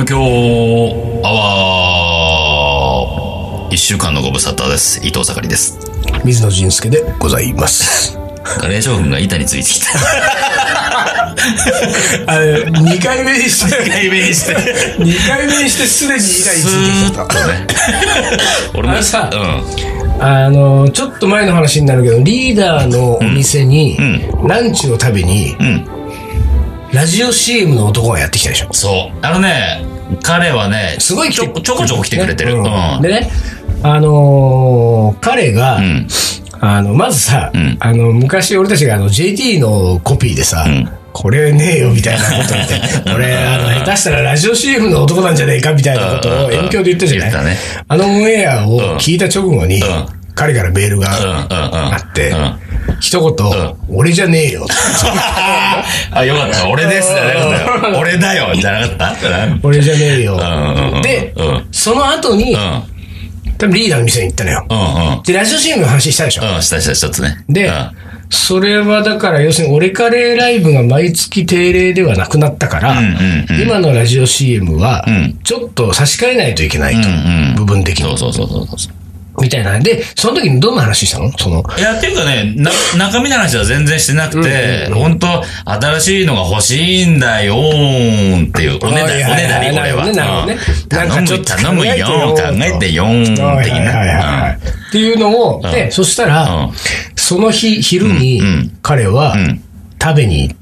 京アワー。一週間のご無沙汰です。伊藤盛りです。 水野仁介でございます。 カレー将軍が板についてきた。 2回目にして 2回目にして 2回目にしてすでに板についてきた。 俺もさ、ちょっと前の話になるけど、リーダーのお店に、ランチを食べに、ラジオ CM の男がやってきたでしょ。 そう。彼はね、 すごいちょこちょこ来てくれてる。 でね、彼が、まずさ、昔俺たちがJT のコピーでさ、これねえよみたいなこと言って、俺、下手したらラジオ CM の男なんじゃねえかみたいなことを遠距で言ったじゃない。 言ったね。 オンエアを聞いた直後に、彼からメールがあって、一言、俺じゃねえよ。 あ、よかった。俺ですじゃなかったよ。俺だよじゃなかった。 俺じゃねえよ。で、その後に、多分リーダーの店に行ったのよ。で、ラジオ CM の話したでしょ。 した一つね。 で、それはだから要するに俺カレーライブが毎月定例ではなくなったから、今のラジオ CM はちょっと差し替えないといけないと、部分的に。そうみたいな。で、その時にどんな話したの？っていうかね、中身の話は全然してなくて、本当新しいのが欲しいんだよーっていう、おねだり、これは。頼むよー、考えてよー、的な。 っていうのを、で、そしたら、その日、昼に、彼は食べに行って、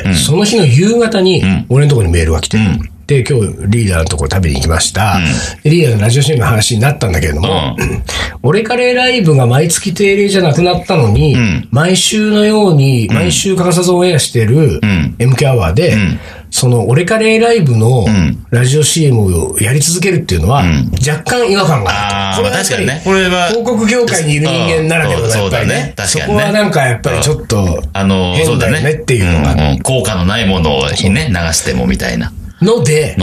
その日の夕方に、俺のところにメールが来て、で、今日リーダーのところ食べに行きました。リーダーのラジオ CM の話になったんだけれども、俺カレーライブが毎月定例じゃなくなったのに、毎週のように、毎週欠かさずオンエアしてる MK アワーで、その俺カレーライブのラジオ CM をやり続けるっていうのは、若干違和感がある。これは確かにね、これは広告業界にいる人間ならではだやっぱりね。そこはなんかやっぱりちょっと変だよねっていうのが。 効果のないものをね、流してもみたいな。 ので、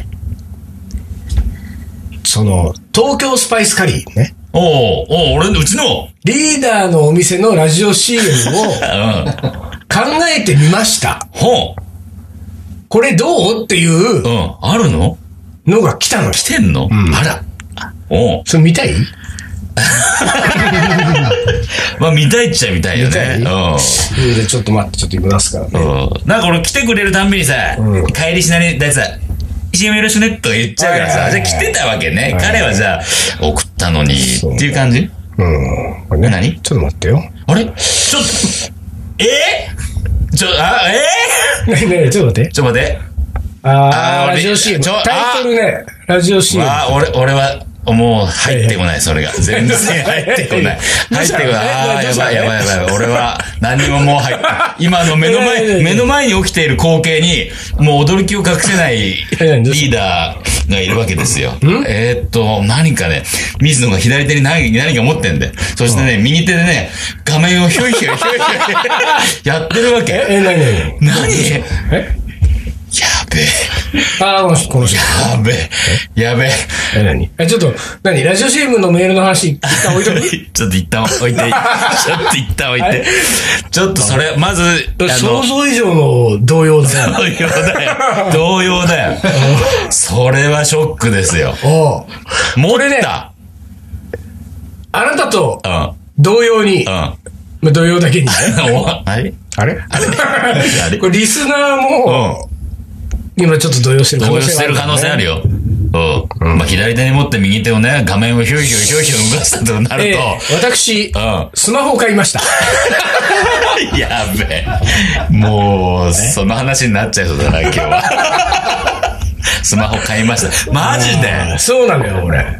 その、東京スパイスカリーね。 俺、うちのリーダーのお店のラジオ CM を考えてみました。これどうっていう、 あるのが来たの。 来てんの？あら。 それ見たい？ まあ見たいっちゃ見たいよね。 ちょっと待って、ちょっと見ますからね。 なんか俺来てくれるたんびにさ、帰りしなりだいさ、CM よろしくねとか言っちゃうからさ、じゃあ来てたわけね。彼はじゃあ送ったのにっていう感じ？ これね。 何？ ちょっと待ってよ。 あれ？ちょっと待って。 ラジオ CM。タイトルね、ラジオ CM。 俺は、もう入ってこない、それが。全然入ってこない。入ってこない。やばい。俺は何ももう今の目の前に起きている光景に、もう驚きを隠せないリーダーがいるわけですよ。何かね、水野が左手に何か持ってんで。そしてね、右手でね、画面をひょいやってるわけ。何？やべえ。 この人。 やべえ。 何？ちょっと、ラジオ CM のメールの話、一旦置いとく？ ちょっと一旦置いて。ちょっとそれ、まず、 想像以上の動揺だよ。 動揺だよ。それはショックですよ。持った。 あなたと、同様に、同様だけにね。あれこれリスナーも、今ちょっと動揺してる可能性あるよ。まあ、左手に持って右手をね、画面をひょい動かしたとなると。 私、スマホを買いました。 やべえ。もう、その話になっちゃいそうだな、今日は。スマホ買いました。マジで？ そうなのよ、俺。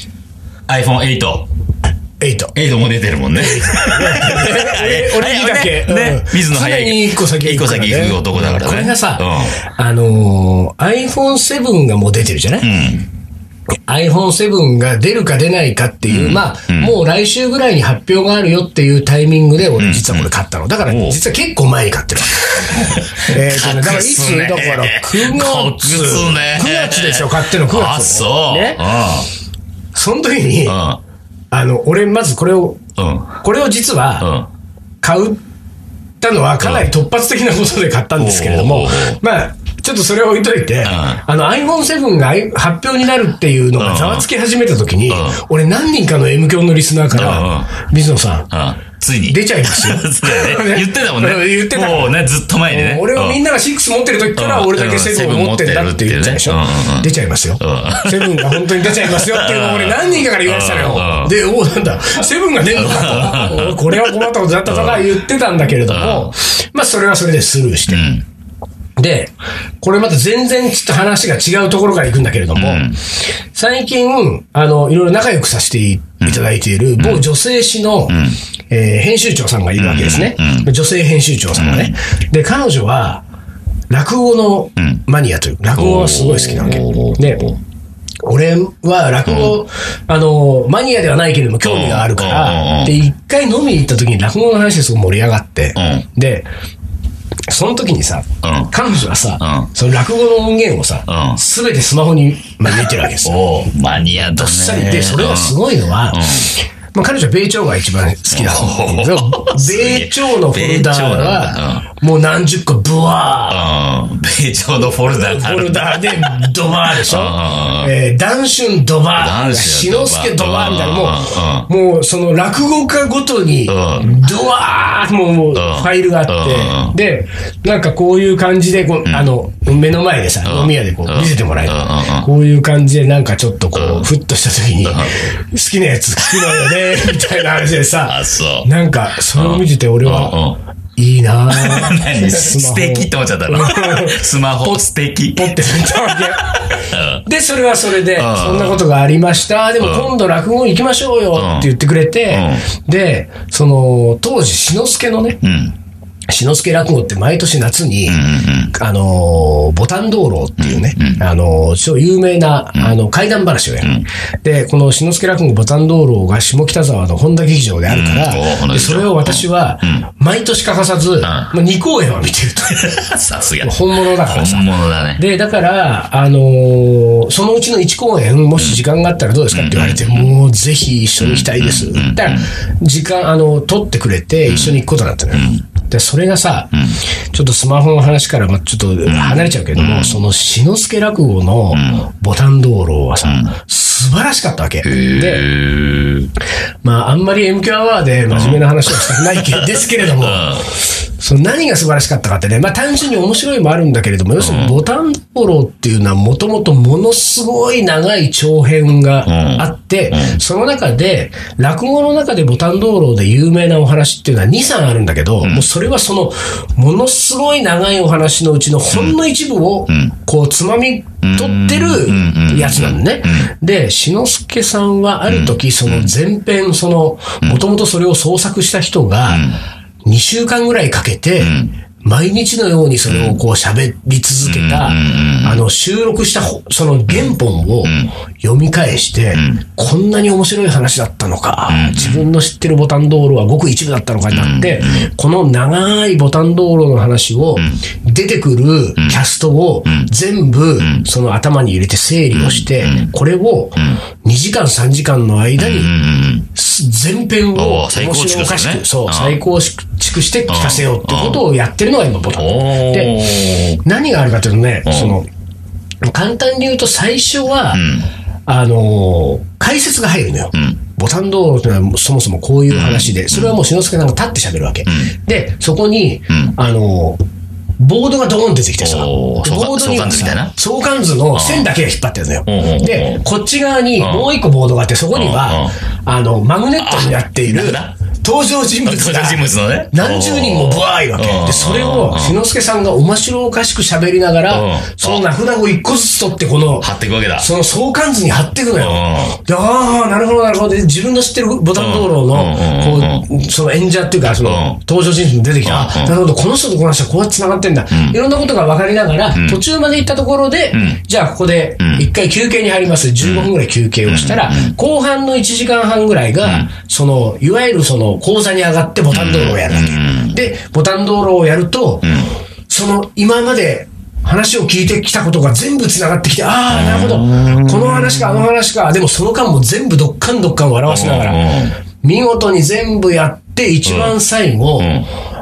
iPhone8。8も出てるもんね。 俺にだけ。 ね。水野早い。 一個先行く男だからね。 これがさ、iPhone7 がもう出てるじゃない？iPhone7 が出るか出ないかっていう、もう来週ぐらいに発表があるよっていうタイミングで、俺実はこれ買ったの。だから実は結構前に買ってるわけ。だからいつ？だから9月でしょ、買ってるの9月。 そう。 その時に、俺まずこれを実は買ったのはかなり突発的なことで買ったんですけれども、 ちょっとそれを置いといて、iPhone7 が発表になるっていうのがざわつき始めた時に、俺何人かの M 響のリスナーから、水野さん、 ついに。 出ちゃいますよ。 言ってたもんね。 言ってた。 もうね、ずっと前にね。 俺はみんなが6持ってる時から俺だけ7を持ってんだって言ったでしょ。出ちゃいますよ。7が本当に出ちゃいますよっていうのを俺何人かから言われてたのよ。で、なんだ、7が出るのかと。これは困ったことだったとか言ってたんだけれども、まあそれはそれでスルーして。で、これまた全然ちょっと話が違うところから行くんだけれども、最近、いろいろ仲良くさせていただいている某女性誌の、編集長さんがいるわけですね。女性編集長さんがね。で、彼女は、落語のマニアという、落語がすごい好きなわけ。で、俺は落語、マニアではないけれども興味があるから、で、一回飲みに行った時に落語の話ですごい盛り上がって、で、その時にさ、彼女はさ、その落語の音源をさ、すべてスマホに入れてるわけですよ。 マニアだね。 どっさりで、それがすごいのは、まあ彼女は米朝が一番好きだと思うんだけど、米朝のフォルダーが、もう何十個ブワー。米朝のフォルダーがある。 フォルダーでドバーでしょ。談春ドバー。志の輔ドバーみたいな、もうその落語家ごとに、ドワーもうファイルがあって、で、なんかこういう感じで、目の前でさ、飲み屋でこう見せてもらえる。こういう感じでなんかちょっとこう、ふっとした時に、好きなやつ聞くのよね。みたいな話でさ、なんか、それを見てて俺は、いいなぁ。 何素敵って思っちゃったのスマホ素敵。 ポって見たわけ。で、それはそれで、そんなことがありました。でも今度落語行きましょうよって言ってくれて、で、当時、志の輔のね、志の輔落語って毎年夏に、ボタン道路っていうね、超有名な、怪談話をやる。で、この志の輔落語ボタン道路が下北沢の本田劇場であるから、でそれを私は、毎年欠かさず、2公演は見てると。 さすが。 本物だからさ。 本物だね。 で、だから、そのうちの1公演、もし時間があったらどうですかって言われて、もうぜひ一緒に行きたいです。だから、時間、取ってくれて一緒に行くことになったのよ。で、それがさ、ちょっとスマホの話からちょっと離れちゃうけども、その志の輔落語のボタン道路はさ、素晴らしかったわけ。で、まあ、あんまり MQ アワーで真面目な話はしたくないですけれども、その何が素晴らしかったかってね、まあ単純に面白いもあるんだけれども、要するにボタン道路っていうのはもともとものすごい長い長編があって、その中で、落語の中でボタン道路で有名なお話っていうのは2、3あるんだけど、もうそれはその、ものすごい長いお話のうちのほんの一部を、こう、つまみ取ってるやつなんね。で、志の輔さんはある時、その前編、もともとそれを創作した人が、2週間ぐらいかけて、毎日のようにそれをこう喋り続けた、収録したその原本を読み返して、こんなに面白い話だったのか、自分の知ってるボタン道路はごく一部だったのかになって、この長いボタン道路の話を、出てくるキャストを全部その頭に入れて整理をして、これを2時間3時間の間に、全編を面白おかしく、再構築して聞かせようってことをやってるのが今ボタン。で、何があるかというとね、簡単に言うと最初は、解説が入るのよ。ボタン道路というのはそもそもこういう話で、それはもう志の輔さんが立って喋るわけ。で、そこに、ボードがドーン出てきてさ、ボードにはさ、相関図の線だけが引っ張ってるのよ。で、こっち側にもう一個ボードがあって、そこには、マグネットになっている、登場人物が何十人もブワーいるわけ。で、それを志の輔さんが面白おかしく喋りながら、その名札を一個ずつ取って、 貼っていくわけだ。 その相関図に貼っていくのよ。で、なるほど、なるほど。で、自分の知ってるボタン道路の、こう、その演者っていうか、登場人物に出てきた。なるほど、この人とこの人はこうやって繋がってんだ。いろんなことが分かりながら、途中まで行ったところで、じゃあここで一回休憩に入ります。15分ぐらい休憩をしたら、後半の1時間半ぐらいが、いわゆる講座に上がってボタン道路をやるわけ。で、ボタン道路をやると、今まで話を聞いてきたことが全部繋がってきて、なるほど。この話か、あの話か。でもその間も全部どっかん笑わせながら、見事に全部やって、一番最後、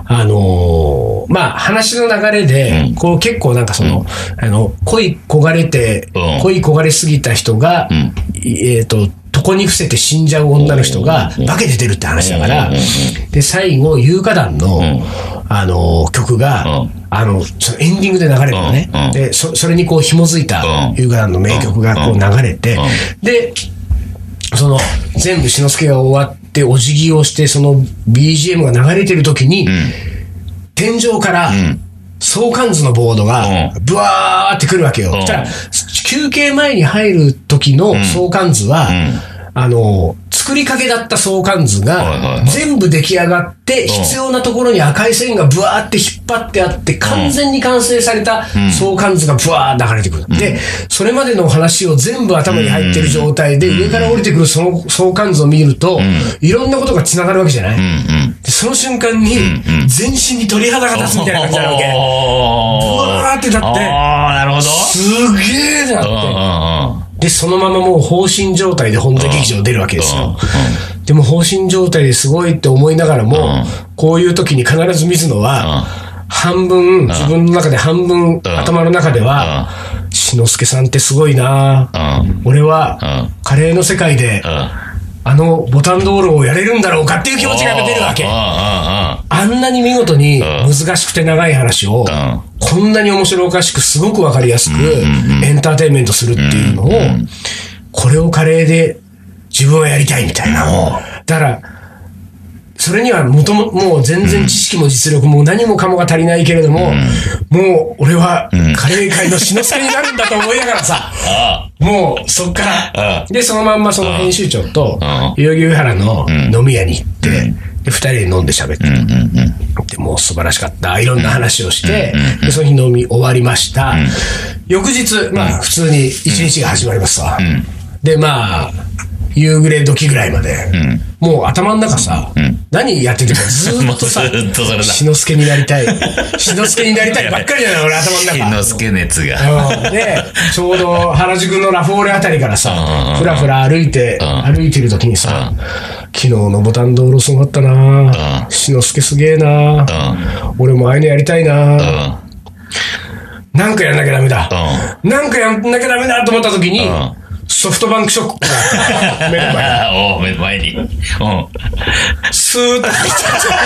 まあ、話の流れで、こう結構なんか恋焦がれすぎた人が、床に伏せて死んじゃう女の人が化けて出るって話だから、で、最後、優香団の、曲が、そのエンディングで流れるのね。で、それにこう紐づいた優香団の名曲がこう流れて、で、全部志の輔が終わって、お辞儀をして、その BGM が流れてる時に、天井から、相関図のボードが、ブワーってくるわけよ。そしたら、休憩前に入る時の相関図は、作りかけだった相関図が、全部出来上がって、必要なところに赤い線がブワーって引っ張ってあって、完全に完成された相関図がブワー流れてくる。で、それまでの話を全部頭に入ってる状態で、上から降りてくるその相関図を見ると、いろんなことが繋がるわけじゃない？でその瞬間に、全身に鳥肌が立つみたいな感じなわけ。ブワーって立って、 なるほど。 すげーってなって。で、そのままもう放心状態で本田劇場出るわけですよ。でも放心状態ですごいって思いながらも、こういう時に必ず水野は、半分、自分の中で半分、頭の中では、志の輔さんってすごいな、俺は、カレーの世界で、ボタン道路をやれるんだろうかっていう気持ちが出るわけ。あんなに見事に難しくて長い話を、こんなに面白おかしくすごくわかりやすくエンターテインメントするっていうのを、これをカレーで自分はやりたいみたいな。だから、それにはもう全然知識も実力も何もかもが足りないけれども、もう俺はカレー界の志の輔になるんだと思いながらさ、もうそっから、で、そのまんまその編集長と代々木上原の飲み屋に行って、で、二人で飲んで喋って、で、もう素晴らしかった。いろんな話をして、で、その日飲み終わりました。翌日、まあ、普通に一日が始まりますわ。で、まあ、夕暮れ時ぐらいまで、もう頭の中さ、何やっててもずーっとさ、志の輔になりたい。志の輔になりたいばっかりじゃない、俺頭の中。 志の輔熱が。 で、ちょうど原宿のラフォーレあたりからさ、ふらふら歩いてる時にさ、昨日のボタン道路すごかったな、志の輔すげえな、俺もああいうのやりたいな、なんかやんなきゃダメだ。なんかやんなきゃダメだと思った時に、ソフトバンクショックがあった目の前に。 目の前に。 スーッと入っ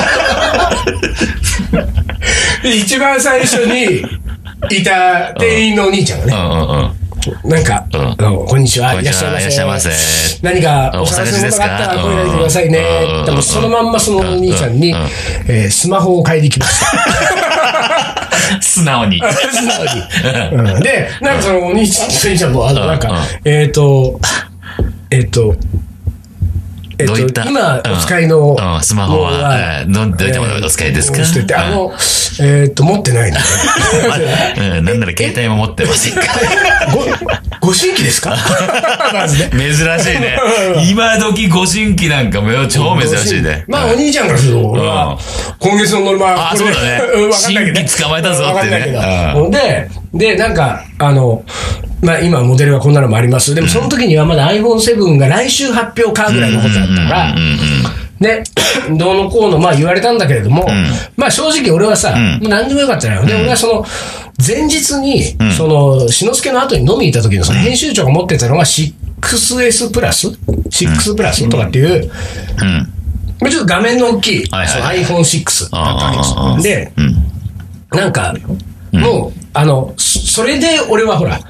ちゃった。一番最初にいた店員のお兄ちゃんがね、なんか、こんにちは、いらっしゃいませ。何かお探しのものがあったら声かけてくださいね。でもそのまんまそのお兄ちゃんに、スマホを買いに来ました。 素直に。 で、なんかそのお兄ちゃんも、なんか、今お使いのスマホはどういったものがお使いですか？ 持ってないので。なんなら携帯も持ってませんか？ ご新規ですか？まずね。 珍しいね。今時ご新規なんかも超珍しいね。 まあお兄ちゃんからすると、俺は今月のノルマ、 そうだね。新規捕まえたぞってね。で、なんか、まあ今モデルはこんなのもあります。でもその時にはまだ iPhone7 が来週発表かぐらいのことだったから、で、どうのこうのまあ言われたんだけれども、まあ正直俺はさ、何でもよかったのよ。で、俺はその、前日に、その、志の輔の後に飲みに行った時のその編集長が持ってたのが 6S プラス ?6 プラスとかっていう、ちょっと画面の大きい、その iPhone6 だったわけです。で、なんか、もう、それで俺はほら、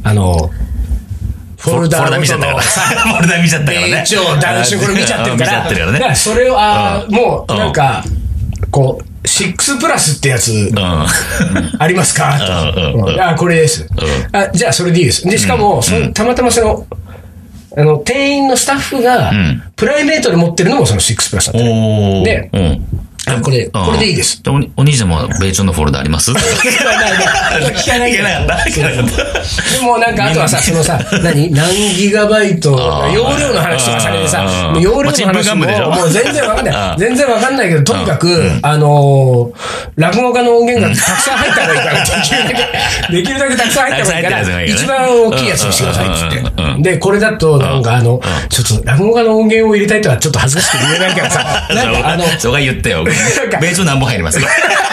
フォルダ見ちゃったから。フォルダ見ちゃったからね。 一応、男子これ見ちゃってるから。だからそれを、もう、なんか、こう、6プラスってやつ、ありますかと。これです。じゃあ、それでいいです。で、しかも、たまたまその、店員のスタッフが、プライベートで持ってるのもその6プラスだった。で、これでいいです。 お兄ちゃんも米朝のフォルダあります？聞かない。でもなんかあとはさ、そのさ、何ギガバイト、容量の話とかされてさ、容量の話ももう全然わかんない。全然わかんないけど、とにかく、落語家の音源がたくさん入った方がいいから、できるだけたくさん入った方がいいから、一番大きいやつにしてくださいって言って。で、これだと、なんかちょっと落語家の音源を入れたいとはちょっと恥ずかしくて言えないからさ、なんかそこは言ってよ。 米朝何本入りますか？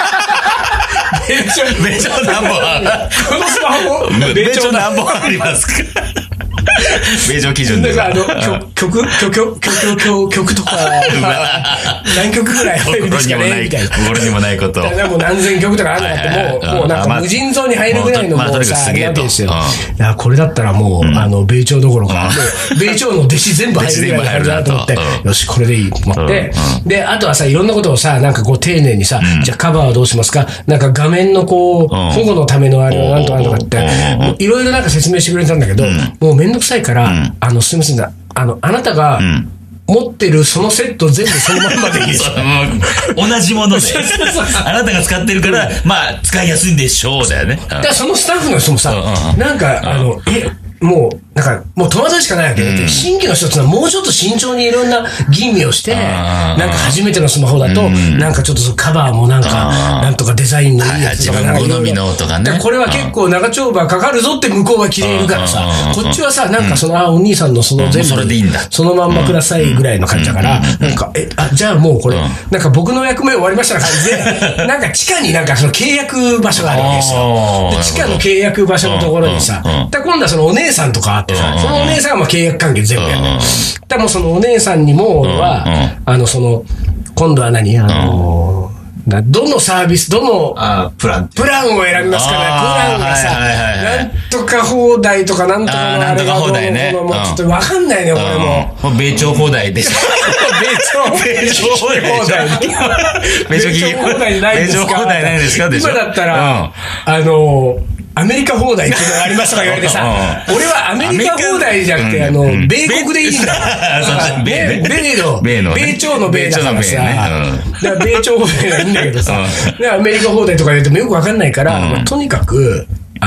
米朝何本このスマホも米朝何本入りますか？米朝基準で。 曲とか、何曲ぐらい入るんですかねみたいな。 心にもないこと。 もう何千曲とかあるのかって、もうなんか無尽蔵に入るぐらいのもうさ、あるわけですよ。いや、これだったらもう、米朝どころか、もう、米朝の弟子全部入るぐらいの感じだと思って、よし、これでいいと思って、で、あとはさ、いろんなことをさ、なんかこう丁寧にさ、じゃあカバーはどうしますか？なんか画面のこう、保護のためのあれなんとかなんとかって、いろいろなんか説明してくれたんだけど、もうめんどくさいから、すいません、あなたが、持ってるそのセット全部そのまんまでいいですか？ 同じもので。あなたが使ってるから、まあ、使いやすいんでしょうだよね。 だからそのスタッフの人もさ、なんか、もう戸惑いしかないわけで、新規の人ってのはもうちょっと慎重にいろんな吟味をして、なんか初めてのスマホだと、なんかちょっとカバーもなんか、なんとかデザインのいいやつとか、 自分好みのとかね。 これは結構長丁場かかるぞって向こうは切れるからさ、こっちはさ、なんかお兄さんのその全部、そのまんまくださいぐらいの感じだから、なんか、じゃあもうこれ、なんか僕の役目終わりましたな感じで、なんか地下になんかその契約場所があるわけですよ。で、地下の契約場所のところにさ、今度はそのお姉さんとかあってさ、そのお姉さんは契約関係全部やる。でもそのお姉さんにも、俺は、今度はどのサービス、どのプランを選びますから、プランがさ、なんとか放題とかなんとかのあれがどうのもうちょっとわかんないね、俺も。 米朝放題でしょ。米朝放題。米朝放題ないんですか？米朝放題ないんですか？ 今だったら、アメリカ放題っていうのがありますとか言われてさ、俺はアメリカ放題じゃなくて、米国でいいんだ。米朝の米だからさ、米朝放題がいいんだけどさ、アメリカ放題とか言うともよくわかんないから、とにかく、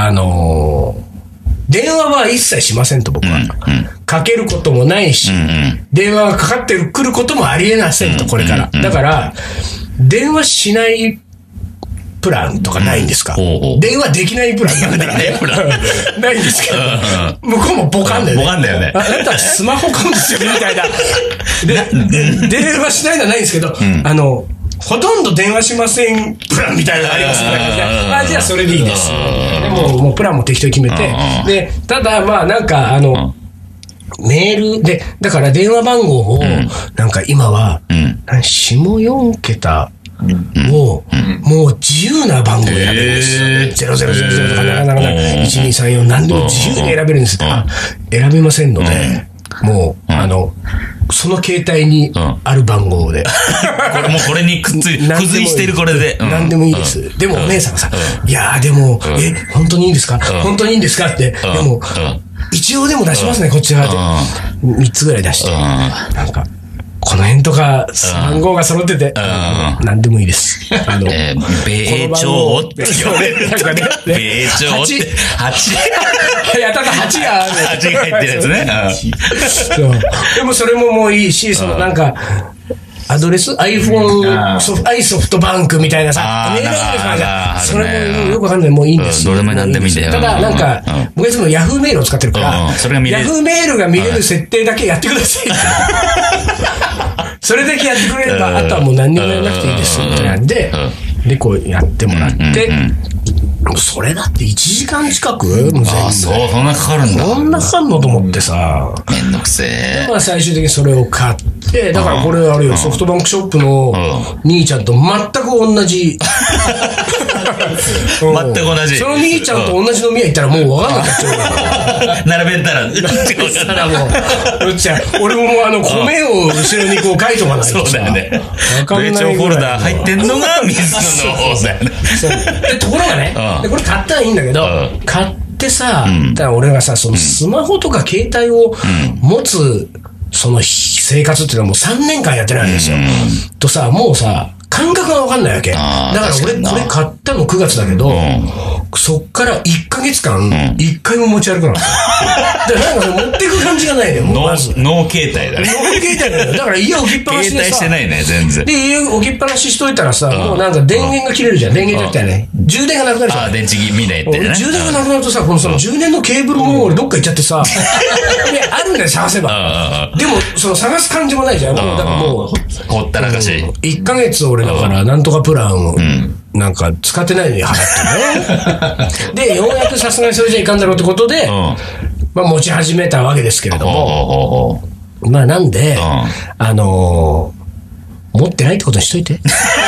電話は一切しませんと僕は。かけることもないし、電話がかかってくることもありえませんと、これから。だから、電話しないプランとかないんですか？電話できないプランなんだからね。ないんですけど、向こうもボカンだよね。 ボカンだよね。 あなたスマホ買うんですよねみたいな。で、電話しないのはないんですけど、ほとんど電話しませんプランみたいなのがありますから、じゃあそれでいいです。でもうプランも適当に決めて、で、ただまあなんかメールで、だから電話番号を、なんか今は、下4桁、もう自由な番号を選べるんですよ。0000とか777、1234何でも自由に選べるんです。選べませんので、もう、その携帯にある番号で。 これに付随してるこれで。 何でもいいです。でもお姉さんがさ、いやーでも、本当にいいんですか？本当にいいんですかって、でも、一応でも出しますね、こっち側って。3つぐらい出して。なんか、この辺とか、番号が揃ってて、何でもいいです。 米朝って言われるとかね。米朝って。8。 やたら8がある。 8が入ってるやつね。 でもそれももういいし、なんか、アドレス iPhone、ソフトバンクみたいなさ、メールアドレスなんか、それもよくわかんない。もういいんですよ。 どれも何でもいいんだよ。 ただ、なんか、僕いつも Yahoo メールを使ってるから、Yahoo メールが見れる設定だけやってください。それだけやってくれれば、あとはもう何にもやらなくていいです。ってなんで、こうやってもらって、それだって1時間近くもう全部。 そんなかかるんだ。 そんなかかるのと思ってさ。 めんどくせえ。 まあ最終的にそれを買って、だからこれあれよ、ソフトバンクショップの兄ちゃんと全く同じ。 全く同じ。 その兄ちゃんと同じ飲み屋行ったらもう分かんなくなっちゃう。 並べたら。 俺ももう米を後ろにこう書いとかないと。 そうだよね。米朝フォルダ入ってんのが水野の方だよね。 ところがね、これ買ったらいいんだけど、買ってさ、だから俺がさ、そのスマホとか携帯を持つ、その生活っていうのはもう3年間やってないわけですよ。とさ、もうさ、感覚がわかんないわけ。だから俺これ買って、 ったの9月だけど、そっから1ヶ月間、1回も持ち歩かなかった。で、なんか持ってく感じがないね、もうまず。 ノー携帯だね。 ノー携帯だよ。だから家置きっぱなしでさ。 携帯してないね、全然。 で、家置きっぱなししといたらさ、もうなんか電源が切れるじゃん。電源だったらね。充電がなくなるじゃん。 電池みんな言ってね。 充電がなくなるとさ、この充電のケーブルも俺どっか行っちゃってさ、で、あるんだよ、探せば。でも、その探す感じもないじゃん。もう、だからもう、 ほったらかし。 1ヶ月俺だから、なんとかプランを、なんか使ってないのに払ってね。で、ようやくさすがにそれじゃいかんだろうってことで、まあ持ち始めたわけですけれども、まあなんで、持ってないってことにしといて。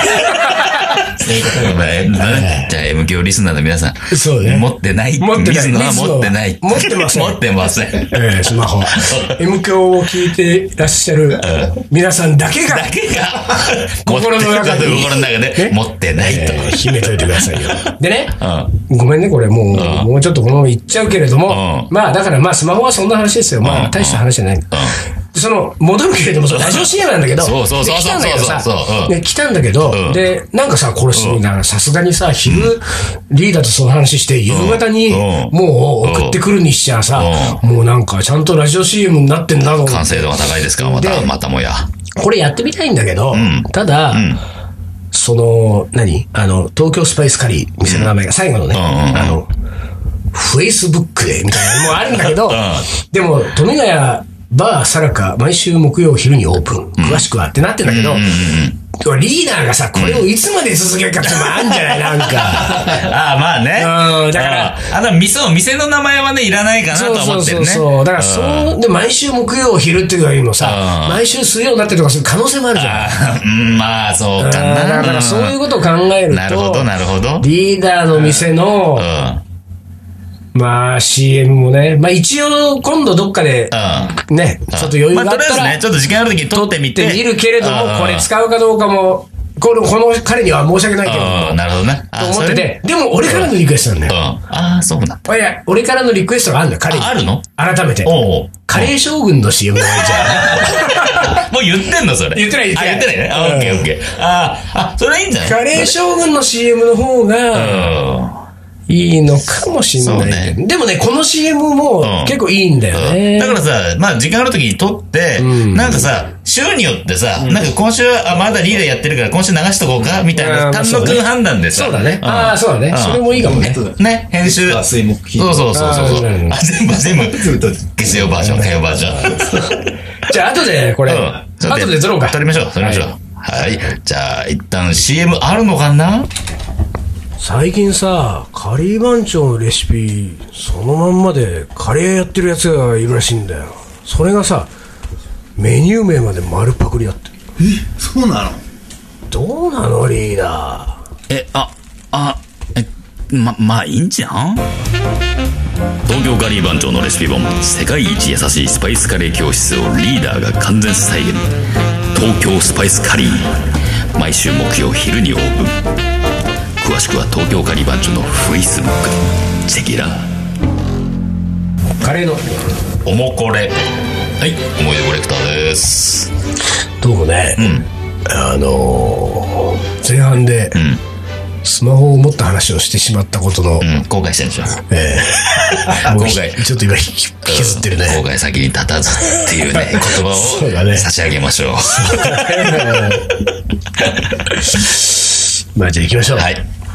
じゃあ M 響リスナーの皆さん、 そうね、 持ってない。 持ってない。 持ってない。 持ってません。 持ってません。 スマホ。M 響を聞いてらっしゃる皆さんだけが、心の中で持ってないと。 秘めといてくださいよ。でね、ごめんね、これもうちょっとこのまま言っちゃうけれども、まあだからまあスマホはそんな話ですよ。まあ大した話じゃない。戻るけれども、ラジオ CM なんだけど、来たんだけどさ、来たんだけど、で、なんかさ、これさすがにさ、昼、リーダーとその話して、夕方に、もう送ってくるにしちゃさ、もうなんか、ちゃんとラジオ CM になってんだろう。 完成度が高いですか、またもや。 これやってみたいんだけど、ただ、東京スパイスカリー、店の名前が最後のね、Facebook で、みたいなのもあるんだけど、でも、富ヶ谷、バーサラカ毎週木曜昼にオープン、詳しくはってなってんだけど、リーダーがさ、これをいつまで続けるかってのもあるんじゃないなんか。 まあね。 だから、 店の名前はね、いらないかなと思ってるね。 そう。だから、で、毎週木曜昼っていうよりもさ、毎週水曜になってるとかする可能性もあるじゃん。 まあ、そうかな。 だからそういうことを考えると、 なるほど。 リーダーの店の、まあ CM もね、まあ一応今度どっかでね、ちょっと余裕があったら、 とりあえずね、ちょっと時間ある時に撮ってみて見るけれども、これ使うかどうかも、この彼には申し訳ないけれども、 なるほどね。 と思ってて、でも俺からのリクエストなんだよ。 ああ、そうなんだ。 いや、俺からのリクエストがあるんだよ、彼に。 あるの？ 改めて。カレー将軍の CM がいいじゃん。 もう言ってんのそれ。 言ってない。 言ってないね。オッケー。それいいんじゃない？ カレー将軍の CM の方が、いいのかもしれないけど。でもね、この CM も結構いいんだよね。 だからさ、まあ時間ある時に撮って、なんかさ、週によってさ、なんか今週はまだリーダーやってるから今週流しとこうかみたいな単独判断でさ。 そうだね。そうだね。それもいいかもね。 ね、編集。そう。全部。月曜バージョン、火曜バージョン。 じゃあ後でこれ、後で撮ろうか。 撮りましょう。はい。じゃあ一旦 CM あるのかな？ 最近さ、カリー番長のレシピそのまんまでカレーやってるやつがいるらしいんだよ。それがさ、メニュー名まで丸パクリだって。 そうなの？ どうなのリーダー。まあいいんじゃん？東京カリー番長のレシピ本、世界一優しいスパイスカレー教室をリーダーが完全再現。東京スパイスカリー、毎週木曜昼にオープン。詳しくは東京カリー番長の Facebook チェキラカレーのおもこれ。はい、思い出コレクターです。 どうもね、前半で、スマホを持った話をしてしまったことの、 後悔してるんでしょ。 後悔ちょっと今引きずってるね。 後悔先に立たずっていうね言葉を差し上げましょう。 まあじゃあ行きましょう。 はい。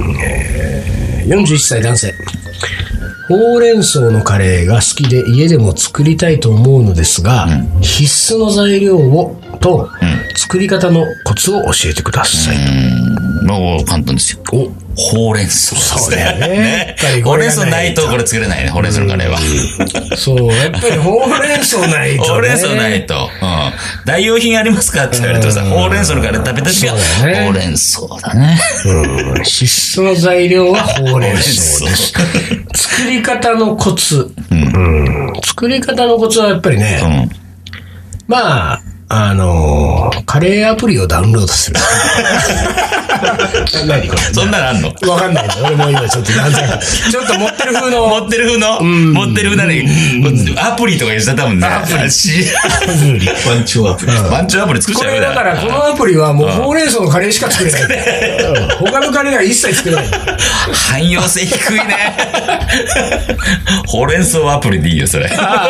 41歳男性。ほうれん草のカレーが好きで家でも作りたいと思うのですが、必須の材料と作り方のコツを教えてください。 もう簡単ですよ。ほうれん草。 そうだよね。 ほうれん草ないとこれ作れないね。ほうれん草のカレーは。 そう、やっぱりほうれん草ないとね。 ほうれん草ないと。代用品ありますかって言われるとさ、ほうれん草のカレー食べた時は、ほうれん草だね。 必須の材料はほうれん草です。作り方のコツ。作り方のコツはやっぱりね、まあ、カレーアプリをダウンロードする。 何これ。 そんなのあんの？ わかんない。俺も今ちょっとなんとなくちょっと持ってる風の。 持ってる風だね。アプリとか言ってたもんね。 アプリ。 番長アプリ。番長アプリ作っちゃうよ。 これだからこのアプリはもうほうれん草のカレーしか作れない。他のカレーは一切作れない。 汎用性低いね。ほうれん草アプリでいいよ、それ。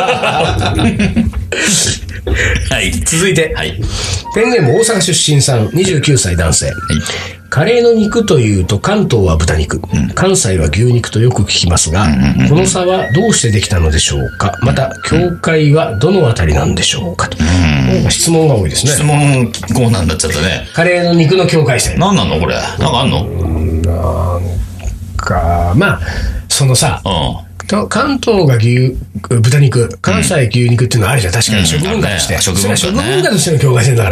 はい。 続いて。 はい。 ペンネーム大阪出身さん、29歳男性。はい。カレーの肉というと関東は豚肉、関西は牛肉とよく聞きますが、この差はどうしてできたのでしょうか。また、境界はどのあたりなんでしょうかと。質問が多いですね。 質問コーナーになっちゃったね。 カレーの肉の境界線。 何なのこれ。なんかあんの？ なんか、まあ、そのさ、関東が豚肉、関西牛肉っていうのはあるじゃん。確かに食文化として。食文化としての境界線だから、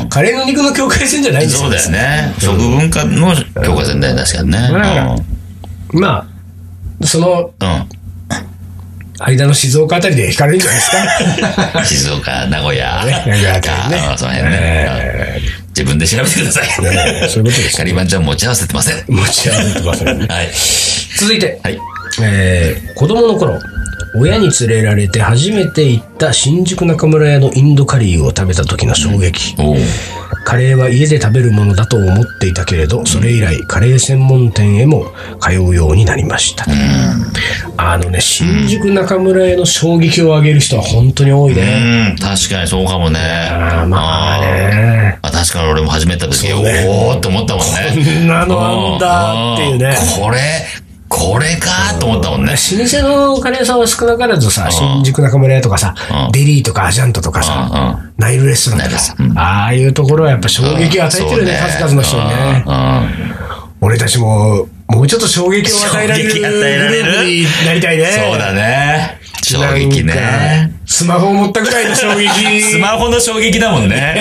カレーの肉の境界線じゃないんですよ。 そうですね。食文化の境界線だよ、確かにね。 まあ、その、間の静岡あたりで惹かれるんじゃないですか。 静岡、名古屋。 名古屋あたりね。 その辺ね。自分で調べてください。 そういうことです。 カリバンちゃん持ち合わせてません。 持ち合わせてませんね。 はい。 続いて。 はい。 子供の頃、親に連れられて初めて行った新宿中村屋のインドカリーを食べた時の衝撃。カレーは家で食べるものだと思っていたけれど、それ以来カレー専門店へも通うようになりました。新宿中村屋の衝撃を上げる人は本当に多いね。 確かにそうかもね。 まあね。 確かに俺も初めて食べた時、おーって思ったもんね。 こんなのあんだっていうね。 これかと思ったもんね。 老舗のカレー屋さんは少なからずさ、新宿中村屋とかさ、デリーとかアジャントとかさ、ナイルレストランとかさ、ああいうところはやっぱ衝撃を与えてるね、数々の人にね。俺たちも、もうちょっと衝撃を与えられるグループになりたいね。 そうだね。衝撃ね。 スマホを持ったぐらいの衝撃。 スマホの衝撃だもんね。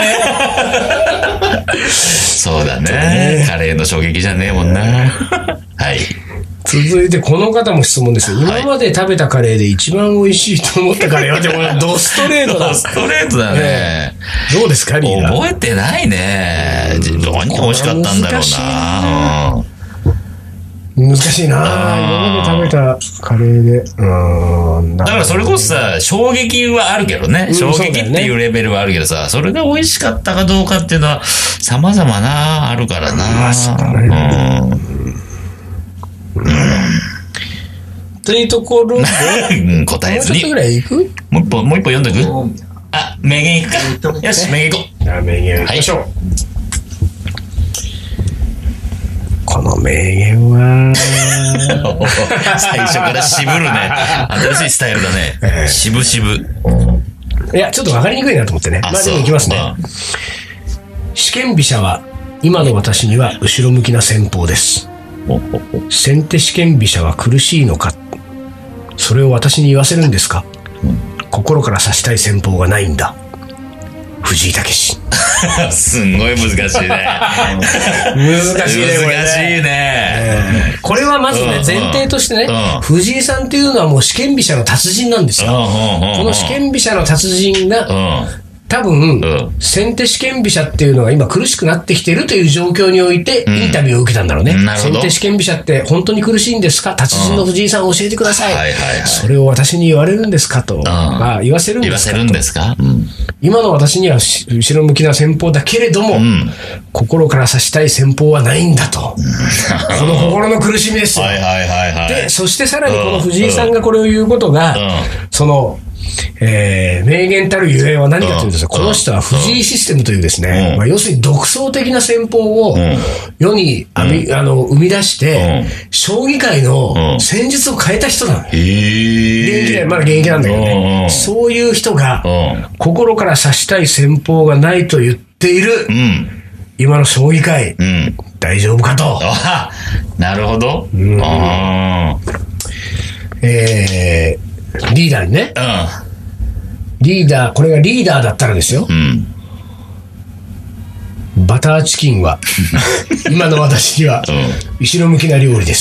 そうだね。カレーの衝撃じゃねえもんな。はい。 続いてこの方も質問ですよ。今まで食べたカレーで一番美味しいと思ったカレーはでもドストレートだ。 ドストレートだね。 どうですかリーダー。 覚えてないね。何が美味しかったんだろうな。 難しいな。今まで食べたカレーで。 だからそれこそさ、衝撃はあるけどね。衝撃っていうレベルはあるけどさ、それが美味しかったかどうかっていうのは様々な、あるからな。 というところで、 答えずに。 もうちょっとぐらいいく？ もう一歩読んでく？あ、名言いくか。よし、名言いこう。 名言いきましょう。この名言は最初から渋るね。新しいスタイルだね。渋々。 いや、ちょっと分かりにくいなと思ってね。まあでもいきますね。試験飛車は今の私には後ろ向きな戦法です。先手試験飛車は苦しいのか、それを私に言わせるんですか。心から指したい戦法がないんだ。藤井猛。 すんごい難しいね。 難しいね。これはまずね、前提としてね、藤井さんっていうのはもう試験飛車の達人なんですよ。この試験飛車の達人が、多分、先手試験飛車っていうのが今苦しくなってきてるという状況においてインタビューを受けたんだろうね。先手試験飛車って本当に苦しいんですか、達人の藤井さん教えてください。それを私に言われるんですかと。言わせるんですか。今の私には後ろ向きな戦法だけれども、心から指したい戦法はないんだと。この心の苦しみですよ。で、そしてさらにこの藤井さんがこれを言うことが、その、名言たるゆえんは何かというと、この人は藤井システムというですね、要するに独創的な戦法を世に生み出して、将棋界の戦術を変えた人なの。現役で、まだ現役なんだけどね。そういう人が、心から指したい戦法がないと言っている、今の将棋界、大丈夫かと。 なるほど。 リーダーにね、リーダー、これがリーダーだったらですよ、バターチキンは今の私には後ろ向きな料理です。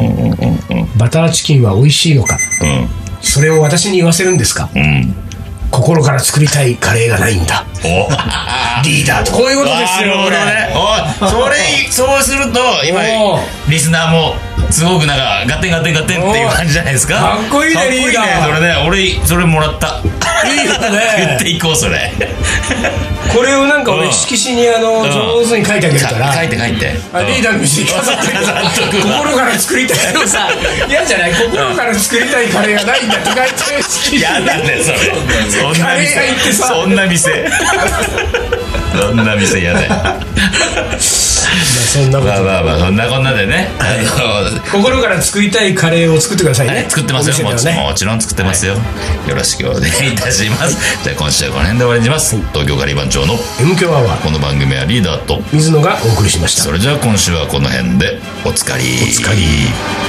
バターチキンは美味しいのか、それを私に言わせるんですか。 心から作りたいカレーがないんだ。 おリーダーと。こういうことですよ。 なるほどね。そうすると、今、リスナーも、すごくなんか、ガテンガテンガテンっていう感じじゃないですか。 かっこいいね、リーダー。 それね、俺、それもらった。 いいよね。 言っていこう、それ。 これをなんか俺、色紙に上手に書いてあげるから。 書いて。 リーダーの飯に飾って心から作りたいのさ、嫌じゃない？心から作りたいカレーがないんだって書いて。 嫌だね、それ。 カレー屋行ってさ。 そんな店。そんな店嫌だよ。 そんなこと。 まあそんなこんなでね。 心から作りたいカレーを作ってくださいね。 作ってますよ。もちろん作ってますよ。よろしくお願いいたします。じゃあ今週はこの辺で終わりにします。東京カリー番長の M 強アワー。 この番組はリーダーと水野がお送りしました。 それじゃあ今週はこの辺でおつかり。